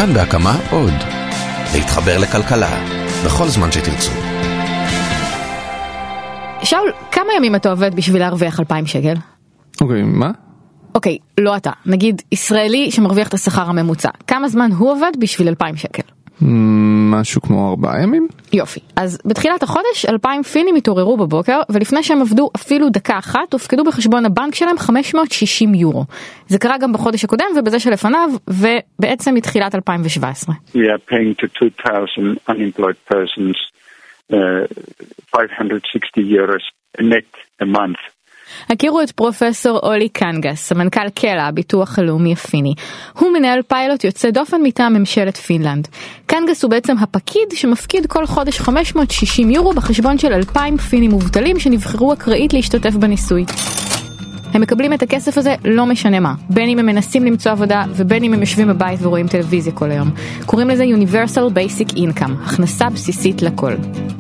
כאן בהקמה עוד. להתחבר לכלכלה, בכל זמן שתרצו. שאול, כמה ימים אתה עובד בשביל להרוויח 2,000 שקל? אוקיי, מה? אוקיי, לא אתה. נגיד ישראלי שמרוויח את השכר הממוצע. כמה זמן הוא עובד בשביל 2,000 שקל? משהו כמו 4 ימים? יופי. אז בתחילת החודש 2,000 פינים התעוררו בבוקר, ולפני שהם עבדו אפילו דקה אחת, הופקדו בחשבון הבנק שלהם 560 יורו. זה קרה גם בחודש הקודם ובזה שלפניו, ובעצם מתחילת 2017. We are paying to 2,000 unemployed persons 560 euros net a month. הכירו את פרופסור אולי קנגס, סמנכ"ל קלע, הביטוח הלאומי הפיני. הוא מנהל פיילוט יוצא דופן מטעם ממשלת פינלנד. קנגס הוא בעצם הפקיד שמפקיד כל חודש 560 יורו בחשבון של 2,000 פינים מובטלים שנבחרו אקראית להשתתף בניסוי. הם מקבלים את הכסף הזה לא משנה מה, בין אם הם מנסים למצוא עבודה ובין אם הם יושבים בבית ורואים טלוויזיה כל היום. קוראים לזה Universal Basic Income, הכנסה בסיסית לכל.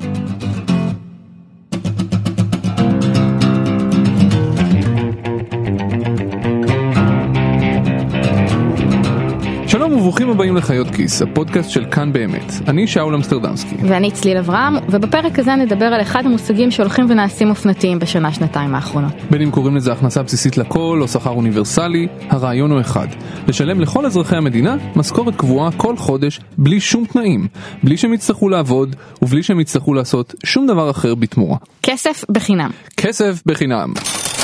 שלום וברוכים הבאים לחיות כיס, הפודקאסט של כאן באמת. אני שאול אמסטרדמסקי. ואני צליל אברהם, ובפרק הזה נדבר על אחד המושגים שהולכים ונעשים אופנתיים בשנה-שנתיים האחרונות. בין אם קוראים לזה הכנסה בסיסית לכל או שכר אוניברסלי, הרעיון הוא אחד. לשלם לכל אזרחי המדינה משכורת קבועה כל חודש בלי שום תנאים, בלי שהם יצטרכו לעבוד ובלי שהם יצטרכו לעשות שום דבר אחר בתמורה. כסף בחינם. כסף בחינם.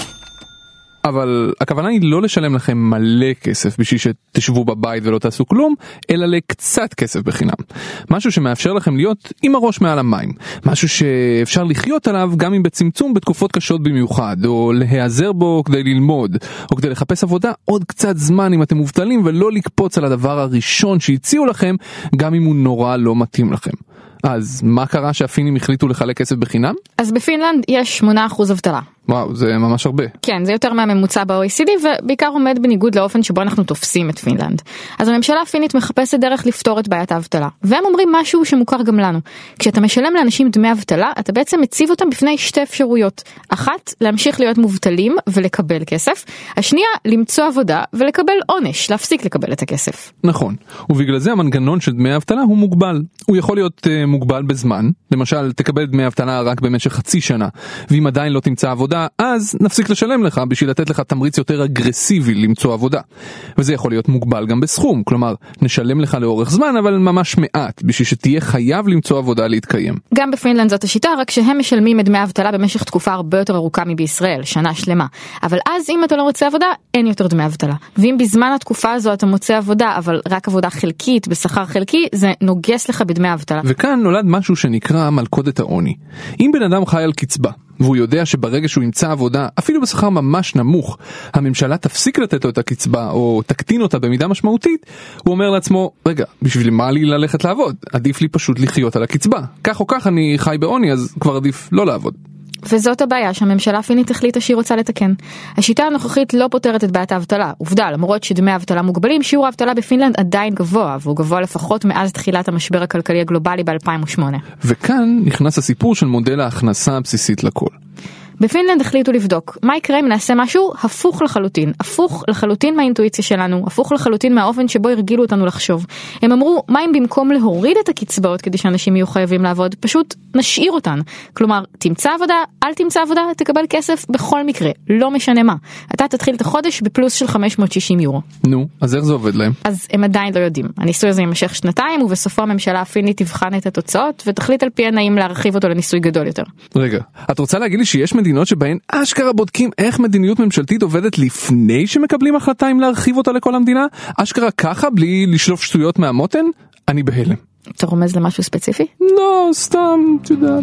אבל הכוונה היא לא לשלם לכם מלא כסף בשביל שתשבו בבית ולא תעשו כלום, אלא לקצת כסף בחינם. משהו שמאפשר לכם להיות עם הראש מעל המים. משהו שאפשר לחיות עליו גם אם בצמצום בתקופות קשות במיוחד, או להיעזר בו כדי ללמוד, או כדי לחפש עבודה עוד קצת זמן אם אתם מובטלים, ולא לקפוץ על הדבר הראשון שהציעו לכם, גם אם הוא נורא לא מתאים לכם. אז מה קרה שהפינים החליטו לחלק כסף בחינם? אז בפינלנד יש 8% אבטלה. וואו, זה ממש הרבה. כן, זה יותר מהממוצע ב-OECD, ובעיקר עומד בניגוד לאופן שבו אנחנו תופסים את פינלנד. אז הממשלה הפינית מחפשת דרך לפתור את בעיית האבטלה. והם אומרים משהו שמוכר גם לנו. כשאתה משלם לאנשים דמי אבטלה, אתה בעצם מציב אותם בפני שתי אפשרויות. אחת, להמשיך להיות מובטלים ולקבל כסף. השנייה, למצוא עבודה ולקבל עונש, להפסיק לקבל את הכסף. נכון. ובגלל זה המנגנון של דמי אבטלה הוא מוגבל. הוא יכול להיות מוגבל בזמן. למשל, תקבל דמי אבטלה רק במשך חצי שנה. ואם עדיין לא תמצא עבודה, אז נפסיק לשלם לך בשביל לתת לך תמריץ יותר אגרסיבי למצוא עבודה. וזה יכול להיות מוגבל גם בסכום, כלומר, נשלם לך לאורך זמן, אבל ממש מעט, בשביל שתהיה חייב למצוא עבודה להתקיים. גם בפינלנד זאת השיטה, רק שהם משלמים את דמי האבטלה במשך תקופה הרבה יותר ארוכה מבישראל, שנה שלמה. אבל אז אם אתה לא רוצה עבודה, אין יותר דמי אבטלה. ואם בזמן התקופה הזו אתה מוצא עבודה, אבל רק עבודה חלקית, בשכר חלקי, זה נוגס לך בדמי האבטלה. וכאן נולד משהו שנקרא מלכודת העוני. אם בן אדם חי על קצבה, והוא יודע שברגע שהוא ימצא עבודה, אפילו בשכר ממש נמוך, הממשלה תפסיק לתת לו את הקצבה, או תקטין אותה במידה משמעותית, הוא אומר לעצמו, רגע, בשביל מה לי ללכת לעבוד? עדיף לי פשוט לחיות על הקצבה. כך או כך אני חי בעוני, אז כבר עדיף לא לעבוד. וזאת הבעיה שהממשלה הפינית החליטה שהיא רוצה לתקן. השיטה הנוכחית לא פותרת את בעיית האבטלה. עובדה, למרות שדמי האבטלה מוגבלים, שיעור האבטלה בפינלנד עדיין גבוה, והוא גבוה לפחות מאז תחילת המשבר הכלכלי הגלובלי ב-2008. וכאן נכנס הסיפור של מודל ההכנסה הבסיסית לכל. בפינלנד החליטו לבדוק מה יקרה אם נעשה משהו הפוך לחלוטין מהאינטואיציה שלנו, הפוך לחלוטין מהאופן שבו הרגילו אותנו לחשוב. הם אמרו, מה אם במקום להוריד את הקצבאות כדי שאנשים יהיו חייבים לעבוד, פשוט נשאיר אותן. כלומר, תמצא עבודה, אל תמצא עבודה, תקבל כסף בכל מקרה, לא משנה מה. אתה תתחיל את החודש בפלוס של 560 יורו. נו, אז איך זה עובד להם? אז הם עדיין לא יודעים. הניסוי הזה יימשך 2 ובסופו הממשלה הפינית תבחן את התוצאות ותחליט על פי הנעים להרחיב אותו לניסוי גדול יותר. רגע, את רוצה להגיד לי שיש מדינות שבהן אשכרה בודקים איך מדיניות ממשלתית עובדת לפני שמקבלים החלטה אם להרחיב אותה לכל המדינה? אשכרה ככה בלי לשלוף שטויות מהמותן? אני בהלם. אתה רומז למשהו ספציפי? לא, סתם, תדעת.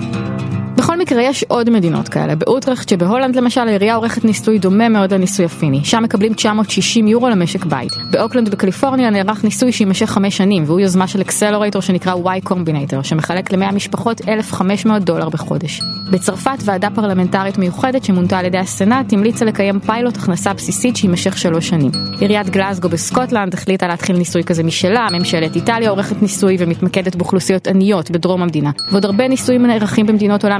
בכל מקרה יש עוד מדינות כאלה. באוטרחט שבהולנד למשל העירייה עורכת ניסוי דומה מאוד לניסוי הפיני. שם מקבלים 960 יורו למשק בית. באוקלנד בקליפורניה נערך ניסוי שימשך 5 שנים, והוא יוזמה של אקסלורייטור שנקרא Y Combinator, שמחלק ל100 משפחות $1,500 בחודש. בצרפת ועדה פרלמנטרית מיוחדת שמונתה על ידי הסנאט המליצה לקיים פיילוט הכנסה בסיסית שימשך 3 שנים. עיריית גלאזגו בסקוטלנד החליטה להתחיל ניסוי כזה משלה. ממשלת איטליה עורכת ניסוי ומתמקדת באוכלוסיות עניות בדרום המדינה. ועוד הרבה ניסויים נערכים במדינות עולם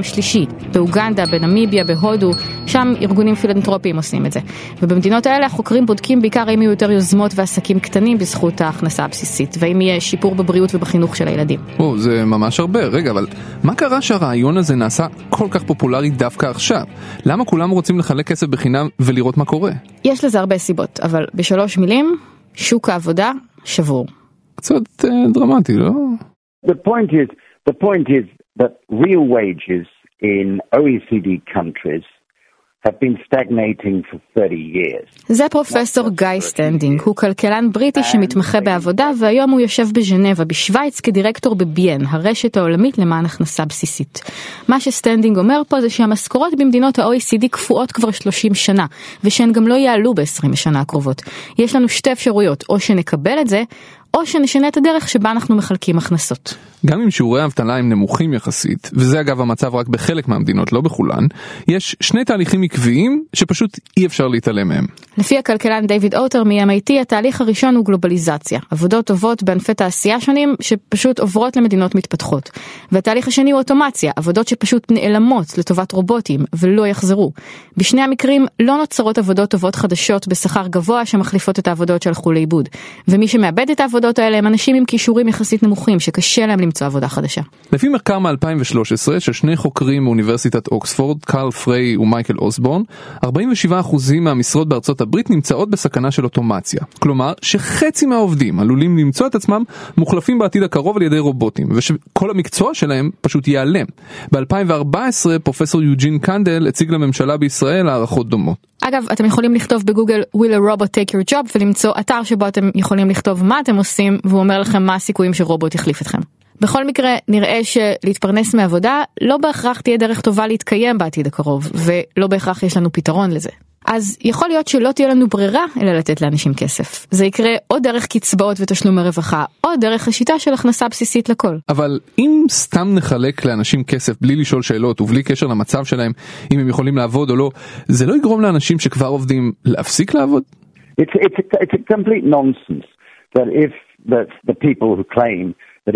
שלישי. באוגנדה, בנמיביה, בהודו, שם ארגונים פילנתרופיים עושים את זה. ובמדינות האלה החוקרים בודקים בעיקר אם יהיו יותר יוזמות ועסקים קטנים בזכות ההכנסה הבסיסית, ואם יהיה שיפור בבריאות ובחינוך של הילדים. זה ממש הרבה. רגע, אבל מה קרה שהרעיון הזה נעשה כל כך פופולרי דווקא עכשיו? למה כולם רוצים לחלק כסף בחינם ולראות מה קורה? יש לזה הרבה סיבות, אבל בשלוש מילים, שוק העבודה שבור. קצת דרמטי, לא? The point is that real wages in OECD countries have been stagnating for 30 years. זה פרופסור גיא סטנדינג, הוא כלכלן בריטי שמתמחה בעבודה, והיום הוא יושב בז'נבה בשוויץ כדירקטור בביין, הרשת העולמית למען הכנסה בסיסית. מה שסטנדינג אומר פה זה שהמשכורות במדינות ה-OECD קפואות כבר 30 שנה, ושהן גם לא יעלו ב-20 השנה הקרובות. יש לנו שתי אפשרויות, או שנקבל את זה, או שנשנה את הדרך שבה אנחנו מחלקים הכנסות. גם אם שיעורי האבטלה הם נמוכים יחסית, וזה אגב המצב רק בחלק מהמדינות, לא בכולן, יש שני תהליכים עקביים שפשוט אי אפשר להתעלם מהם. לפי הכלכלן דיוויד אוטר מ-MIT, התהליך הראשון הוא גלובליזציה. עבודות טובות בענפי תעשייה שונים שפשוט עוברות למדינות מתפתחות. והתהליך השני הוא אוטומציה, עבודות שפשוט נעלמות לטובת רובוטים ולא יחזרו. בשני המקרים לא נוצרות עבודות טובות חדשות בשכר גבוה שמחליפות את העבודות שהלכו לאיבוד. ומי שמאבד את העבודות האלה הם אנשים עם כישורים יחסית נמוכים שקשה להם למצוא עבודה חדשה. לפי מחקר מ-2013 של שני חוקרים מאוניברסיטת אוקספורד, קרל פריי ומייקל אוסבורן, 47% מהמשרות בארצות הברית נמצאות בסכנה של אוטומציה. כלומר, שחצי מהעובדים עלולים למצוא את עצמם מוחלפים בעתיד הקרוב על ידי רובוטים, ושכל המקצוע שלהם פשוט ייעלם. ב-2014 פרופסור יוג'ין קנדל הציג לממשלה בישראל הערכות דומות. אגב, אתם יכולים לכתוב בגוגל Will a robot take your job ולמצוא אתר שבו אתם יכולים לכתוב מה אתם עושים, והוא אומר לכם מה הסיכויים שרובוט יחליף אתכם. בכל מקרה, נראה שלהתפרנס מעבודה לא בהכרח תהיה דרך טובה להתקיים בעתיד הקרוב, ולא בהכרח יש לנו פתרון לזה. אז יכול להיות שלא תהיה לנו ברירה אלא לתת לאנשים כסף. זה יקרה או דרך קצבאות ותשלומי רווחה, או דרך השיטה של הכנסה בסיסית לכל. אבל אם סתם נחלק לאנשים כסף בלי לשאול שאלות ובלי קשר למצב שלהם, אם הם יכולים לעבוד או לא, זה לא יגרום לאנשים שכבר עובדים להפסיק לעבוד? It's a complete nonsense that if the people who claim that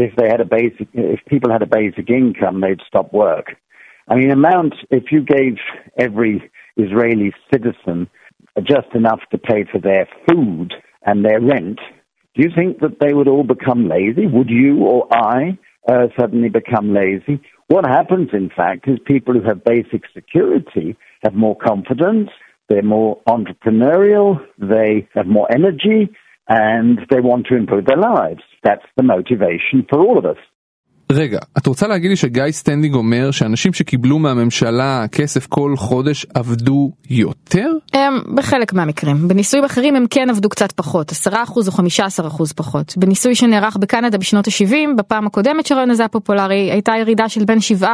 if people had a basic income, they'd stop work. I mean, if you gave every Israeli citizen just enough to pay for their food and their rent, do you think that they would all become lazy? Would you or I suddenly become lazy? What happens, in fact, is people who have basic security have more confidence, they're more entrepreneurial, they have more energy, and they want to improve their lives. That's the motivation for all of us. רגע, את רוצה להגיד לי שגיא סטנדינג אומר שאנשים שקיבלו מהממשלה כסף כל חודש עבדו יותר? בחלק מהמקרים. בניסוי אחרים הם כן עבדו קצת פחות, 10% או 15% פחות. בניסוי שנערך בקנדה בשנות ה-70, בפעם הקודמת שהרעיון הזה הפופולרי, הייתה ירידה של בין 7%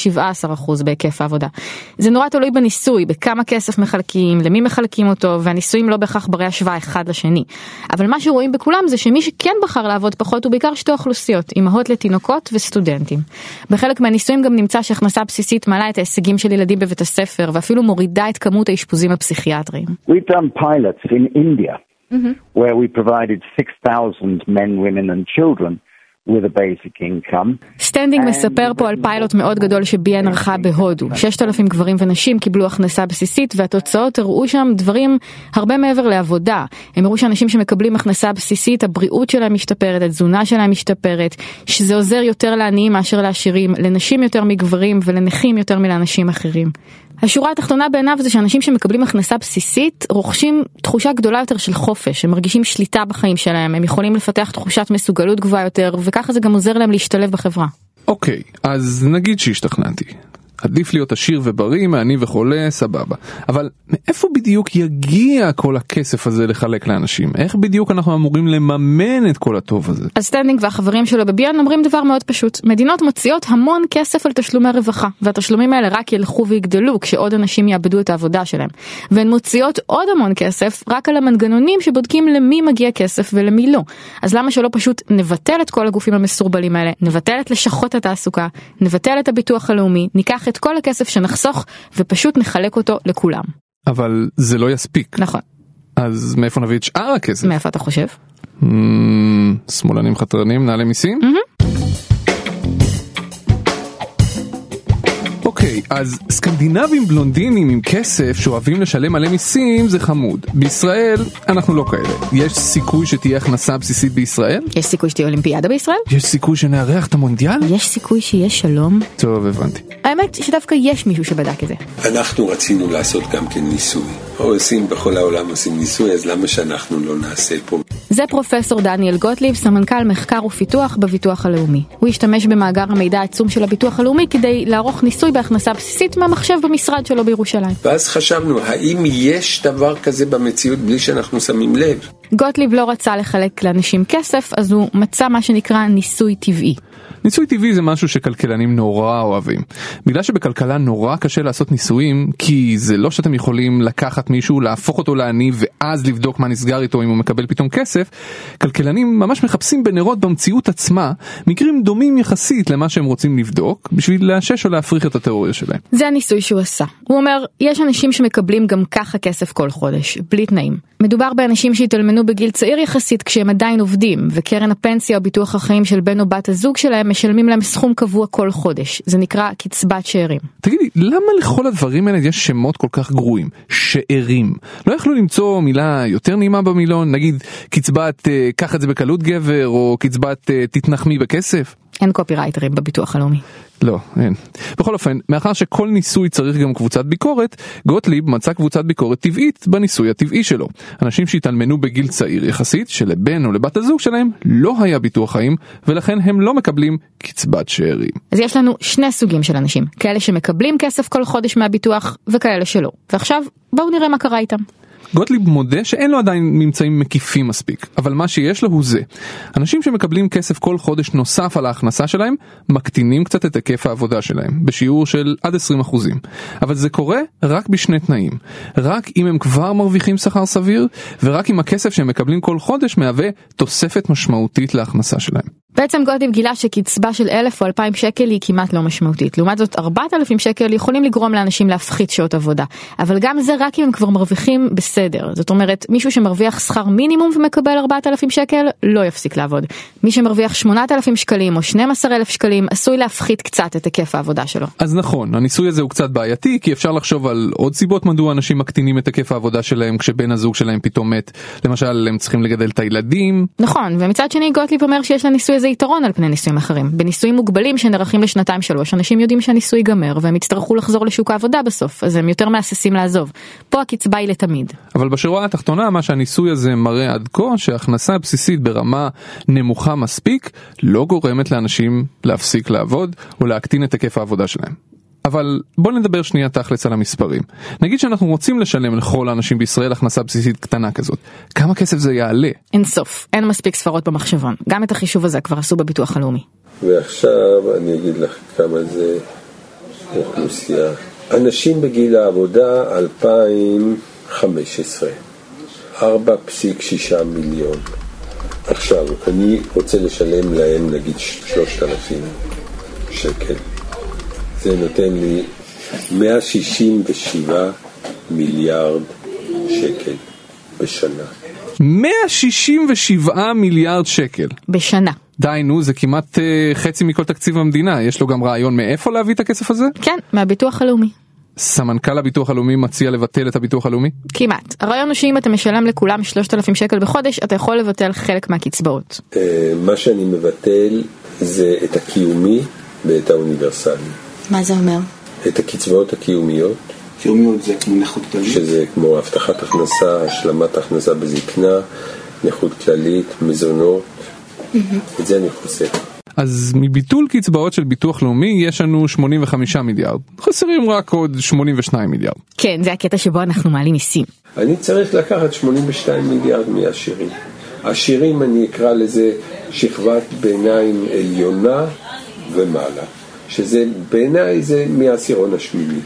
ל-17% בהיקף העבודה. זה נורא תלוי בניסוי, בכמה כסף מחלקים, למי מחלקים אותו, והניסויים לא בהכרח ברי השוואה אחד לשני. אבל מה שרואים בכולם זה שמי שכן בחר לעבוד פחות הוא בעיקר שתי אוכלוסיות, אימהות לתינוקות וסטודנטים. בחלק מהניסויים גם נמצא שהכנסה בסיסית מעלה את ההישגים של ילדים בבית הספר, ואפילו מורידה את כמות האשפוזים הפסיכיאטריים. We've done pilots in India, where we provided 6,000 men, women and children with a basic income. סטנדינג מספר פה על פיילוט מאוד גדול שביין ערכה בהודו. 6,000 גברים ונשים קיבלו הכנסה בסיסית, והתוצאות הראו שם דברים הרבה מעבר לעבודה. הם הראו שאנשים שמקבלים הכנסה בסיסית, הבריאות שלהם משתפרת, התזונה שלהם משתפרת, שזה עוזר יותר לעניים מאשר לעשירים, לנשים יותר מגברים ולנכים יותר מלאנשים אחרים. השורה התחתונה בעיניו זה שאנשים שמקבלים הכנסה בסיסית רוכשים תחושה גדולה יותר של חופש, הם מרגישים שליטה בחיים שלהם, הם יכולים לפתח תחושת מסוגלות גבוהה יותר, וככה זה גם עוזר להם להשתלב בחברה. אוקיי, אז נגיד שהשתכננתי. עדיף להיות עשיר ובריא, מעני וחולה, סבבה. אבל מאיפה בדיוק יגיע כל הכסף הזה לחלק לאנשים? איך בדיוק אנחנו אמורים לממן את כל הטוב הזה? אז סטנדינג והחברים שלו בביין אומרים דבר מאוד פשוט. מדינות מוציאות המון כסף על תשלומי רווחה, והתשלומים האלה רק ילכו ויגדלו כשעוד אנשים יאבדו את העבודה שלהם. והן מוציאות עוד המון כסף רק על המנגנונים שבודקים למי מגיע כסף ולמי לא. אז למה שלא פשוט נבטל את כל הגופים המסורבלים האלה, נבטל את לשכות התעסוקה, נבטל את הביטוח הלאומי, ניקח את כל הכסף שנחסוך ופשוט נחלק אותו לכולם. אבל זה לא יספיק. נכון. אז מאיפה נביא את שאר הכסף? מאיפה אתה חושב? שמאלנים חתרנים, נעלי מיסים? Mm-hmm. אוקיי, אוקיי, אז סקנדינבים בלונדינים עם כסף שאוהבים לשלם עלי מיסים זה חמוד. בישראל אנחנו לא כאלה. יש סיכוי שתהיה הכנסה בסיסית בישראל? יש סיכוי שתהיה אולימפיאדה בישראל? יש סיכוי שנארח את המונדיאל? יש סיכוי שיש שלום? טוב, הבנתי. האמת שדווקא יש מישהו שבדק את זה. אנחנו רצינו לעשות גם כן ניסוי. עושים בכל העולם עושים ניסוי, אז למה שאנחנו לא נעשה פה? זה פרופסור דניאל גוטליב, סמנכ"ל מחקר ופיתוח בביטוח הלאומי. הוא השתמש במאגר המידע העצום של הביטוח הלאומי כדי לערוך ניסוי בהכנסה בסיסית מהמחשב במשרד שלו בירושלים. ואז חשבנו, האם יש דבר כזה במציאות בלי שאנחנו שמים לב? גוטליב לא רצה לחלק לאנשים כסף, אז הוא מצא מה שנקרא ניסוי טבעי. ניסוי טבעי זה משהו שכלכלנים נורא אוהבים. בגלל שבכלכלה נורא קשה לעשות ניסויים, כי זה לא שאתם יכולים לקחת מישהו, להפוך אותו לעני ואז לבדוק מה נסגר איתו אם הוא מקבל פתאום כסף, כלכלנים ממש מחפשים בנרות במציאות עצמה מקרים דומים יחסית למה שהם רוצים לבדוק, בשביל לאשש או להפריך את התיאוריה שלהם. זה הניסוי שהוא עשה. הוא אומר, יש אנשים שמקבלים גם ככה כסף כל חודש, בלי תנאים. מדובר באנשים שהתאלמנו בגיל צעיר יחסית כשהם עדיין עובדים, וקרן הפנסיה או ביטוח החיים של בן או בת הזוג שלהם משלמים להם סכום קבוע כל חודש. זה נקרא קצבת שאירים. תגידי, למה לכל הדברים האלה יש שמות כל כך גרועים? שאירים. לא יכלו למצוא מילה יותר נעימה במילון? נגיד קצבת קח את זה בקלות גבר, או קצבת תתנחמי בכסף? אין קופירייטרים בביטוח הלאומי. לא, אין. בכל אופן, מאחר שכל ניסוי צריך גם קבוצת ביקורת, גוטליב מצא קבוצת ביקורת טבעית בניסוי הטבעי שלו. אנשים שהתאלמנו בגיל צעיר יחסית, שלבן או לבת הזוג שלהם לא היה ביטוח חיים, ולכן הם לא מקבלים קצבת שאירים. אז יש לנו שני סוגים של אנשים, כאלה שמקבלים כסף כל חודש מהביטוח, וכאלה שלא. ועכשיו, בואו נראה מה קרה איתם. גוטליב מודה שאין לו עדיין ממצאים מקיפים מספיק, אבל מה שיש לו הוא זה. אנשים שמקבלים כסף כל חודש נוסף על ההכנסה שלהם, מקטינים קצת את היקף העבודה שלהם, בשיעור של עד 20%. אבל זה קורה רק בשני תנאים. רק אם הם כבר מרוויחים שכר סביר, ורק אם הכסף שהם מקבלים כל חודש מהווה תוספת משמעותית להכנסה שלהם. בעצם גוטליב גילה שקצבה של 1,000 או 2,000 שקל היא כמעט לא משמעותית. לעומת זאת 4,000 שקל יכולים לגרום לאנשים להפחית שעות עבודה. אבל גם זה רק אם הם כבר מרוויחים בסדר. זאת אומרת, מישהו שמרוויח שכר מינימום ומקבל 4,000 שקל לא יפסיק לעבוד. מי שמרוויח 8,000 שקלים או 12,000 שקלים עשוי להפחית קצת את היקף העבודה שלו. אז נכון, הניסוי הזה הוא קצת בעייתי, כי אפשר לחשוב על עוד סיבות מדוע אנשים מקטינים את היקף העבודה שלהם כשבן הזוג שלהם פתאום מת. למשל, הם צריכים לגדל את הילדים. נכון, ומצד שני גוטליב אומר שיש לניסוי הזה יתרון על פני ניסויים אחרים. בניסויים מוגבלים שנערכים לשנתיים-שלוש, אנשים יודעים שהניסוי ייגמר והם יצטרכו לחזור לשוק העבודה בסוף, אז הם יותר מהססים לעזוב. פה הקצבה היא לתמיד. אבל בשורה התחתונה, מה שהניסוי הזה מראה עד כה, שההכנסה הבסיסית ברמה נמוכה מספיק, לא גורמת לאנשים להפסיק לעבוד או להקטין את היקף העבודה שלהם. אבל בוא נדבר שנייה תכלס על המספרים. נגיד שאנחנו רוצים לשלם לכל האנשים בישראל הכנסה בסיסית קטנה כזאת. כמה כסף זה יעלה? אין סוף. אין מספיק ספרות במחשבון. גם את החישוב הזה כבר עשו בביטוח הלאומי. ועכשיו אני אגיד לך כמה זה אוכלוסייה. אנשים בגיל העבודה 2015. 4.6 מיליון. עכשיו, אני רוצה לשלם להם נגיד 3,000 שקל. זה נותן לי 167 מיליארד שקל בשנה. 167 מיליארד שקל. בשנה. די, נו, זה כמעט חצי מכל תקציב המדינה. יש לו גם רעיון מאיפה להביא את הכסף הזה? כן, מהביטוח הלאומי. סמנכ"ל הביטוח הלאומי מציע לבטל את הביטוח הלאומי? כמעט. הרעיון הוא שאם אתה משלם לכולם 3,000 שקל בחודש, אתה יכול לבטל חלק מהקצבאות. מה שאני מבטל זה את הקיומי ואת האוניברסלי. מה זה אומר? את הקצבאות הקיומיות. קיומיות זה כמו נכות כללית? שזה כמו הבטחת הכנסה, השלמת הכנסה בזקנה, נכות כללית, מזונות. את זה אני חוסך. אז מביטול קצבאות של ביטוח לאומי יש לנו 85 מיליארד. חסרים רק עוד 82 מיליארד. כן, זה הקטע שבו אנחנו מעלים מיסים. אני צריך לקחת 82 מיליארד מהעשירים. העשירים אני אקרא לזה שכבת ביניים עליונה ומעלה. שזה בעיניי זה מהעשירון השמיני.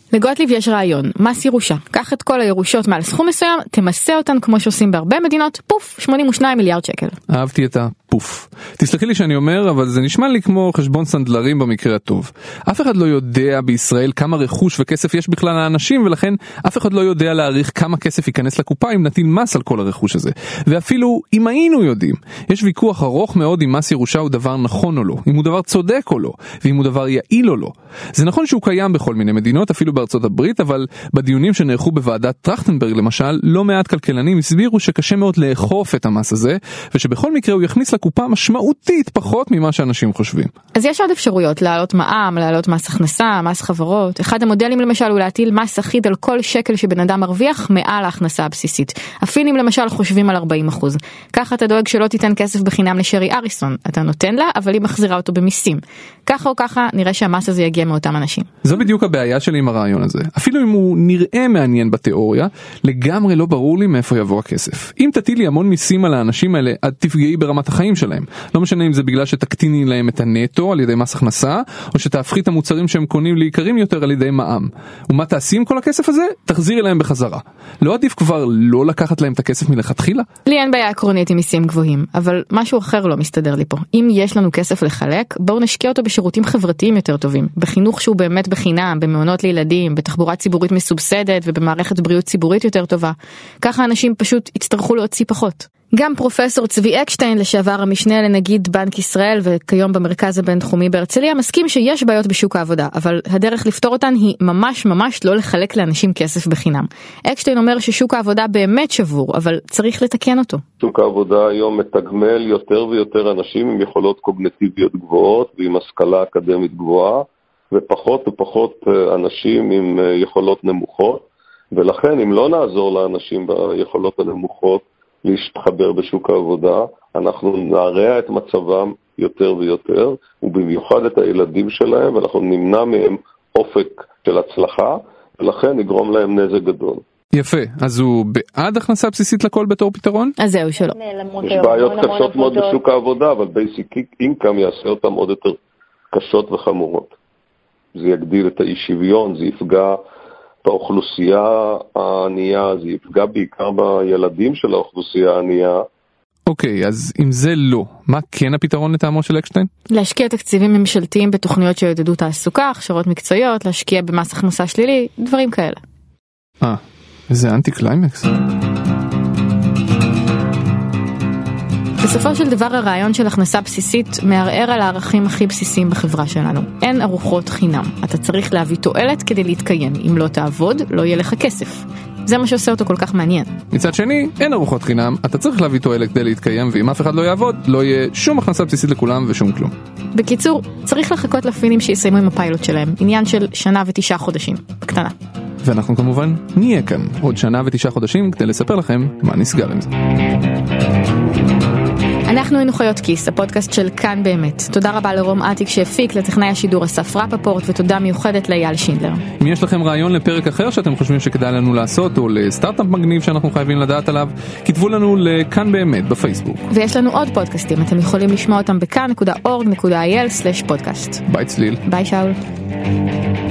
לגוטליב יש רעיון, מס ירושה. קח את כל הירושות מעל סכום מסוים, תמסה אותן כמו שעושים בהרבה מדינות, פוף, 82 מיליארד שקל. אהבתי את הפוף. תסלחי לי שאני אומר, אבל זה נשמע לי כמו חשבון סנדלרים במקרה הטוב. אף אחד לא יודע בישראל כמה רכוש וכסף יש בכלל לאנשים, ולכן אף אחד לא יודע להעריך כמה כסף ייכנס לקופה אם נטיל מס על כל הרכוש הזה. ואפילו אם היינו יודעים, יש ויכוח ארוך מאוד אם מס ירושה הוא דבר נכון או לא, אם הוא דבר צודק או לא, ואם הוא דבר יעיל או לא. זה נכון שהוא קיים בכל מיני מדינות, אפילו בארצות הברית, אבל בדיונים שנערכו בוועדת טרכטנברג למשל, לא מעט כלכלנים הסבירו שקשה מאוד לאכוף את המס הזה, ושבכל מקרה הוא יכניס לקופה משמעותית פחות ממה שאנשים חושבים. אז יש עוד אפשרויות, להעלות מע"מ, להעלות מס הכנסה, מס חברות. אחד המודלים למשל הוא להטיל מס אחיד על כל שקל שבן אדם מרוויח מעל ההכנסה הבסיסית. הפינים למשל חושבים על 40%. ככה אתה דואג שלא תיתן כסף בחינם לשרי אריסון. אתה נותן לה, אבל היא מחזירה אותו במיסים. ככה או ככה נראה שהמס הזה יגיע מאותם אנשים. זו בדיוק הבעיה שלי עם הרעיון הזה. אפילו אם הוא נראה מעניין בתיאוריה, לגמרי לא ברור לי מאיפה יבוא הכסף. אם תטילי המון מיסים על האנשים האלה, את תפגעי ברמת החיים שלהם. לא משנה אם זה בגלל שתקטיני להם את הנטו על ידי מס הכנסה, או שתהפכי את המוצרים שהם קונים ליקרים יותר על ידי מע"מ. ומה תעשי עם כל הכסף הזה? תחזירי להם בחזרה. לא עדיף כבר לא לקחת להם את הכסף מלכתחילה? לי אין בעיה עקרונית עם מיסים גבוהים, אבל משהו אחר לא מסתדר לי פה. אם יש לנו כסף לחלק, בואו נשקיע אותו בשירותים חברתיים יותר טובים, בחינוך שהוא באמת בחינם, במעונות לילדים, בתחבורה ציבורית מסובסדת ובמערכת בריאות ציבורית יותר טובה. ככה אנשים פשוט יצטרכו להוציא פחות. גם פרופסור צבי אקשטיין, לשעבר המשנה לנגיד בנק ישראל וכיום במרכז הבינתחומי בהרצליה, מסכים שיש בעיות בשוק העבודה, אבל הדרך לפתור אותן היא ממש לא לחלק לאנשים כסף בחינם. אקשטיין אומר ששוק העבודה באמת שבור, אבל צריך לתקן אותו. שוק העבודה היום מתגמל יותר ויותר אנשים עם יכולות קוגניטיביות גבוהות ועם השכלה אקדמית גבוהה, ופחות ופחות אנשים עם יכולות נמוכות, ולכן אם לא נעזור לאנשים ביכולות הנמוכות להשתחבר בשוק העבודה, אנחנו נערע את מצבם יותר ויותר, ובמיוחד את הילדים שלהם, ואנחנו נמנע מהם אופק של הצלחה, ולכן נגרום להם נזק גדול. יפה, אז הוא בעד הכנסה בסיסית לכל בתור פתרון? אז זהו שלא. יש בעיות קשות מאוד בשוק העבודה, אבל basic income יעשה אותם עוד יותר קשות וחמורות. זה יגדיל את האי שוויון, זה יפגע באוכלוסייה הענייה, זה יפגע בעיקר בילדים של האוכלוסייה הענייה. אוקיי, אז אם זה לא, מה כן הפתרון לטעמו של אקשטיין? להשקיע תקציבים ממשלתיים בתוכניות שיעודדו תעסוקה, הכשרות מקצועיות, להשקיע במס הכנסה שלילי, דברים כאלה. איזה אנטי קליימקס. בסופו של דבר הרעיון של הכנסה בסיסית מערער על הערכים הכי בסיסיים בחברה שלנו. אין ארוחות חינם. אתה צריך להביא תועלת כדי להתקיים. אם לא תעבוד, לא יהיה לך כסף. זה מה שעושה אותו כל כך מעניין. מצד שני, אין ארוחות חינם, אתה צריך להביא תועלת כדי להתקיים, ואם אף אחד לא יעבוד, לא יהיה שום הכנסה בסיסית לכולם ושום כלום. בקיצור, צריך לחכות לפינים שיסיימו עם הפיילוט שלהם. עניין של 1 ו9 חודשים. בקטנה. ואנחנו כמובן נהיה כאן עוד 1 ו9 חודשים כדי לספר לכם מה נסגר עם זה. אנחנו היינו חיות כיס, הפודקאסט של כאן באמת. תודה רבה לרום עתיק שהפיק, לטכנאי השידור אסף רפפורט, ותודה מיוחדת לאייל שינדלר. אם יש לכם רעיון לפרק אחר שאתם חושבים שכדאי לנו לעשות, או לסטארט-אפ מגניב שאנחנו חייבים לדעת עליו, כתבו לנו לכאן באמת בפייסבוק. ויש לנו עוד פודקאסטים, אתם יכולים לשמוע אותם בכאן.org.il/podcast. ביי צליל. ביי שאול.